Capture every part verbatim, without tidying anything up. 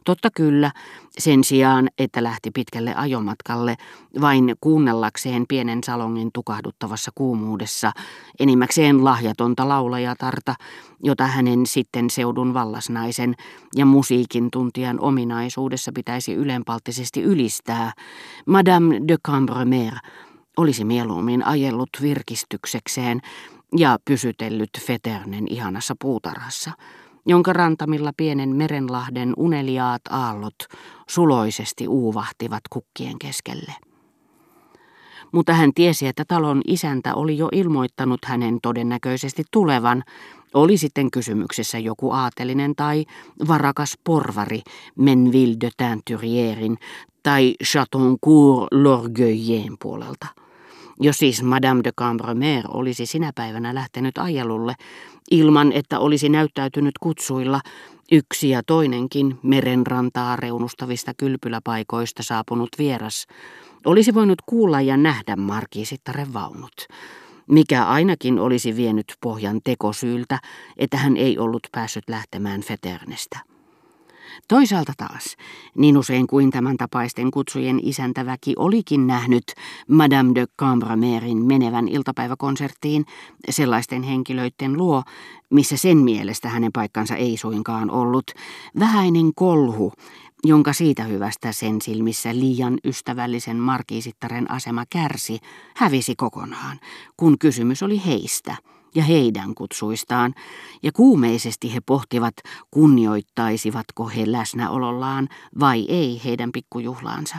Totta kyllä, sen sijaan, että lähti pitkälle ajomatkalle, vain kuunnellakseen pienen salongin tukahduttavassa kuumuudessa enimmäkseen lahjatonta laulajatarta, jota hänen sitten seudun vallasnaisen ja musiikin tuntijan ominaisuudessa pitäisi ylenpalttisesti ylistää, Madame de Cambremer olisi mieluummin ajellut virkistyksekseen ja pysytellyt Feternen ihanassa puutarhassa, jonka rantamilla pienen merenlahden uneliaat aallot suloisesti uuvahtivat kukkien keskelle. Mutta hän tiesi, että talon isäntä oli jo ilmoittanut hänen todennäköisesti tulevan, oli sitten kysymyksessä joku aatelinen tai varakas porvari Menville de Tinturierin tai Chatoncourt-l'Orgueillen puolelta. Jos siis Madame de Cambremer olisi sinä päivänä lähtenyt ajelulle, ilman että olisi näyttäytynyt kutsuilla, yksi ja toinenkin merenrantaa reunustavista kylpyläpaikoista saapunut vieras, olisi voinut kuulla ja nähdä markiisittaren vaunut, mikä ainakin olisi vienyt pohjan tekosyyltä, että hän ei ollut päässyt lähtemään Feternestä. Toisaalta taas, niin usein kuin tämän tapaisten kutsujen isäntäväki olikin nähnyt Madame de Cambremerin menevän iltapäiväkonserttiin sellaisten henkilöiden luo, missä sen mielestä hänen paikkansa ei suinkaan ollut, vähäinen kolhu, jonka siitä hyvästä sen silmissä liian ystävällisen markiisittaren asema kärsi, hävisi kokonaan, kun kysymys oli heistä ja heidän kutsuistaan, ja kuumeisesti he pohtivat, kunnioittaisivatko he läsnäolollaan vai ei heidän pikkujuhlaansa.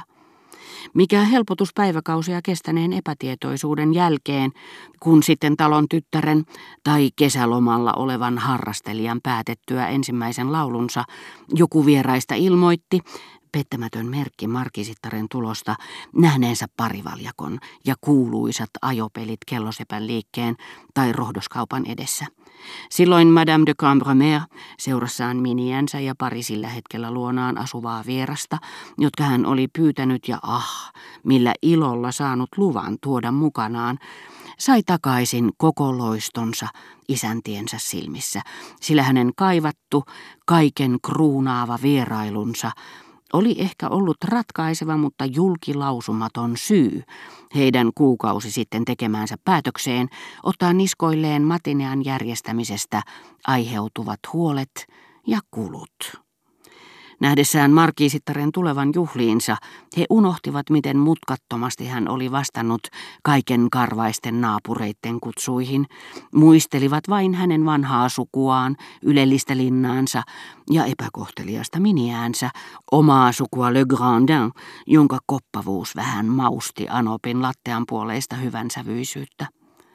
Mikä helpotus päiväkausia kestäneen epätietoisuuden jälkeen, kun sitten talon tyttären tai kesälomalla olevan harrastelijan päätettyä ensimmäisen laulunsa joku vieraista ilmoitti, pettämätön merkki markiisittaren tulosta, nähneensä parivaljakon ja kuuluisat ajopelit kellosepän liikkeen tai rohdoskaupan edessä. Silloin Madame de Cambremer, seurassaan miniänsä ja pari sillä hetkellä luonaan asuvaa vierasta, jotka hän oli pyytänyt ja ah, millä ilolla saanut luvan tuoda mukanaan, sai takaisin koko loistonsa isäntiensä silmissä, sillä hänen kaivattu, kaiken kruunaava vierailunsa oli ehkä ollut ratkaiseva, mutta julkilausumaton syy heidän kuukausi sitten tekemäänsä päätökseen ottaa niskoilleen matinean järjestämisestä aiheutuvat huolet ja kulut. Nähdessään markiisittaren tulevan juhliinsa, he unohtivat, miten mutkattomasti hän oli vastannut kaiken karvaisten naapureitten kutsuihin, muistelivat vain hänen vanhaa sukuaan, ylellistä linnaansa ja epäkohteliasta miniäänsä, omaa sukua Le Grandin, jonka koppavuus vähän mausti anopin latteanpuoleista hyvänsävyisyyttä.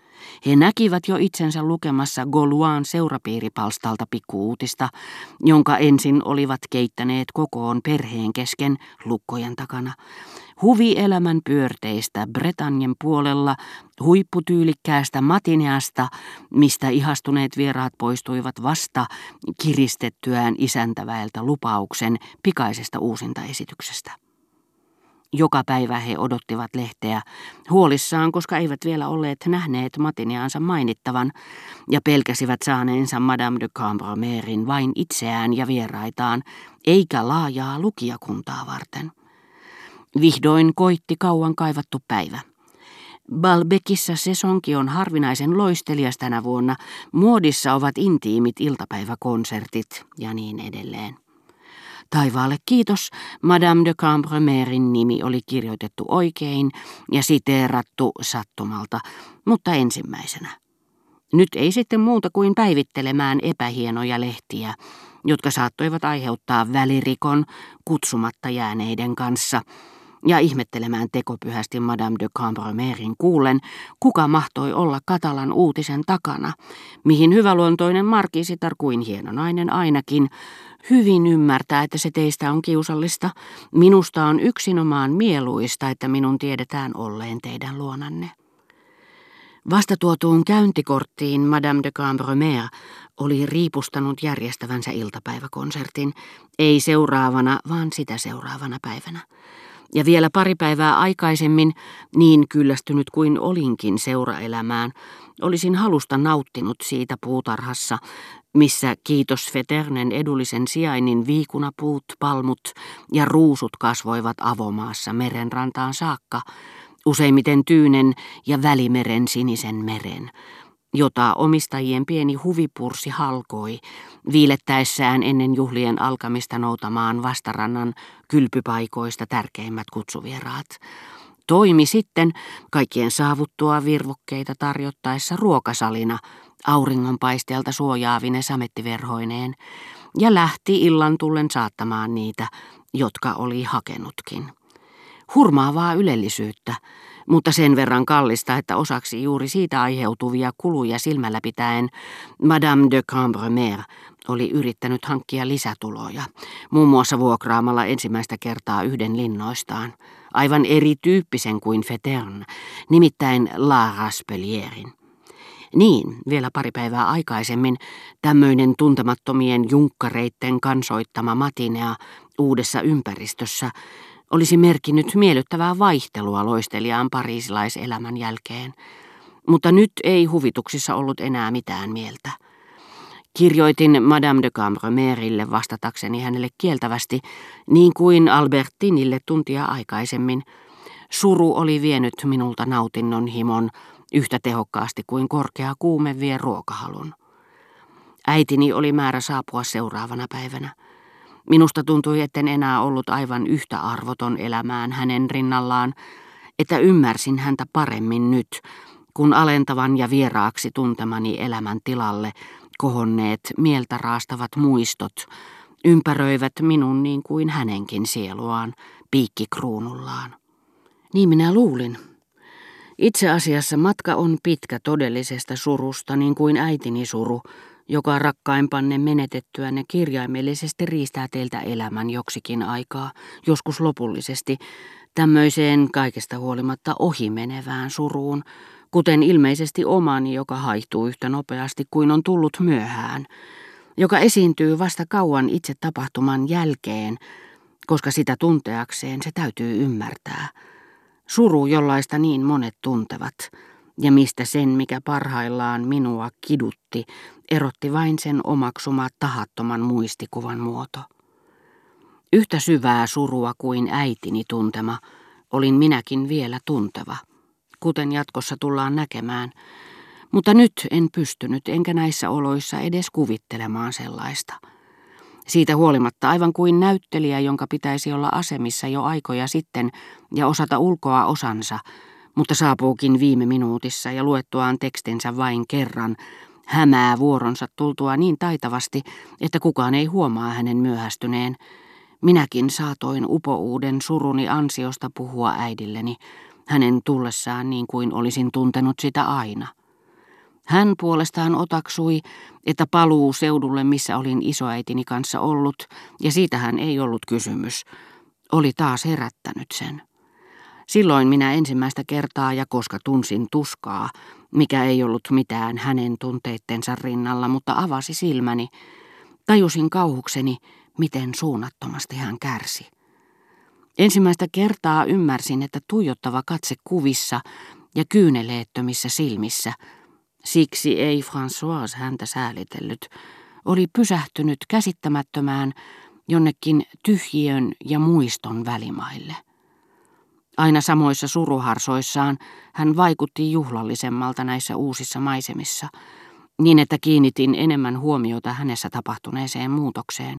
He näkivät jo itsensä lukemassa Gauloin seurapiiripalstalta pikkuuutista, jonka ensin olivat keittäneet kokoon perheen kesken lukkojen takana. Huvielämän pyörteistä Bretagnen puolella, huipputyylikkäästä matineasta, mistä ihastuneet vieraat poistuivat vasta kiristettyään isäntäväeltä lupauksen pikaisesta uusintaesityksestä. Joka päivä he odottivat lehteä, huolissaan, koska eivät vielä olleet nähneet matineansa mainittavan, ja pelkäsivät saaneensa Madame de Cambremerin vain itseään ja vieraitaan, eikä laajaa lukijakuntaa varten. Vihdoin koitti kauan kaivattu päivä. Balbekissa sesonki on harvinaisen loistelias tänä vuonna, muodissa ovat intiimit iltapäiväkonsertit ja niin edelleen. Taivaalle kiitos, Madame de Cambremerin nimi oli kirjoitettu oikein ja siteerattu sattumalta, mutta ensimmäisenä. Nyt ei sitten muuta kuin päivittelemään epähienoja lehtiä, jotka saattoivat aiheuttaa välirikon kutsumatta jääneiden kanssa, ja ihmettelemään tekopyhästi Madame de Cambremerin kuullen, kuka mahtoi olla Katalan uutisen takana, mihin hyväluontoinen markiisitar kuin hieno nainen ainakin hyvin ymmärtää, että se teistä on kiusallista. Minusta on yksinomaan mieluista, että minun tiedetään olleen teidän luonanne. Vastatuotuun käyntikorttiin Madame de Cambremer oli riipustanut järjestävänsä iltapäiväkonsertin, ei seuraavana, vaan sitä seuraavana päivänä. Ja vielä pari päivää aikaisemmin, niin kyllästynyt kuin olinkin seuraelämään, olisin halusta nauttinut siitä puutarhassa, missä kiitos Veternen edullisen sijainnin viikunapuut, palmut ja ruusut kasvoivat avomaassa merenrantaan saakka, useimmiten Tyynen ja Välimeren sinisen meren, jota omistajien pieni huvipursi halkoi, viilettäessään ennen juhlien alkamista noutamaan vastarannan kylpypaikoista tärkeimmät kutsuvieraat. Toimi sitten kaikkien saavuttua virvokkeita tarjottaessa ruokasalina auringonpaisteelta suojaavine samettiverhoineen ja lähti illan tullen saattamaan niitä, jotka oli hakenutkin. Hurmaavaa ylellisyyttä, mutta sen verran kallista, että osaksi juuri siitä aiheutuvia kuluja silmällä pitäen Madame de Cambremer oli yrittänyt hankkia lisätuloja, muun muassa vuokraamalla ensimmäistä kertaa yhden linnoistaan, aivan erityyppisen kuin Veterne, nimittäin La Raspelierin. Niin, vielä pari päivää aikaisemmin tämmöinen tuntemattomien junkkareitten kansoittama matinea uudessa ympäristössä olisi merkinnyt miellyttävää vaihtelua loisteliaan pariisilaiselämän jälkeen, mutta nyt ei huvituksissa ollut enää mitään mieltä. Kirjoitin Madame de Cambremerille vastatakseni hänelle kieltävästi, niin kuin Albertinille tuntia aikaisemmin. Suru oli vienyt minulta nautinnon himon yhtä tehokkaasti kuin korkea kuume vie ruokahalun. Äitini oli määrä saapua seuraavana päivänä. Minusta tuntui, etten enää ollut aivan yhtä arvoton elämään hänen rinnallaan, että ymmärsin häntä paremmin nyt, kun alentavan ja vieraaksi tuntemani elämän tilalle kohonneet mieltä raastavat muistot ympäröivät minun niin kuin hänenkin sieluaan piikkikruunullaan. Niin minä luulin. Itse asiassa matka on pitkä todellisesta surusta, niin kuin äitini suru, joka rakkaimpanne menetettyänne kirjaimellisesti riistää teiltä elämän joksikin aikaa, joskus lopullisesti, tämmöiseen kaikesta huolimatta ohimenevään suruun, kuten ilmeisesti omani, joka haihtuu yhtä nopeasti kuin on tullut myöhään, joka esiintyy vasta kauan itse tapahtuman jälkeen, koska sitä tunteakseen se täytyy ymmärtää. Suru, jollaista niin monet tuntevat, ja mistä sen, mikä parhaillaan minua kidutti, erotti vain sen omaksuma tahattoman muistikuvan muoto. Yhtä syvää surua kuin äitini tuntema, olin minäkin vielä tunteva, kuten jatkossa tullaan näkemään, mutta nyt en pystynyt enkä näissä oloissa edes kuvittelemaan sellaista. Siitä huolimatta aivan kuin näyttelijä, jonka pitäisi olla asemissa jo aikoja sitten ja osata ulkoa osansa, mutta saapuukin viime minuutissa ja luettuaan tekstinsä vain kerran, hämää vuoronsa tultua niin taitavasti, että kukaan ei huomaa hänen myöhästyneen. Minäkin saatoin upouuden suruni ansiosta puhua äidilleni, hänen tullessaan niin kuin olisin tuntenut sitä aina. Hän puolestaan otaksui, että paluu seudulle, missä olin isoäitini kanssa ollut, ja siitähän ei ollut kysymys, oli taas herättänyt sen. Silloin minä ensimmäistä kertaa, ja koska tunsin tuskaa, mikä ei ollut mitään hänen tunteittensa rinnalla, mutta avasi silmäni, tajusin kauhukseni, miten suunnattomasti hän kärsi. Ensimmäistä kertaa ymmärsin, että tuijottava katse kuvissa ja kyyneleettömissä silmissä, siksi ei Françoise häntä säälitellyt, oli pysähtynyt käsittämättömään jonnekin tyhjiön ja muiston välimaille. Aina samoissa suruharsoissaan hän vaikutti juhlallisemmalta näissä uusissa maisemissa, niin että kiinnitin enemmän huomiota hänessä tapahtuneeseen muutokseen.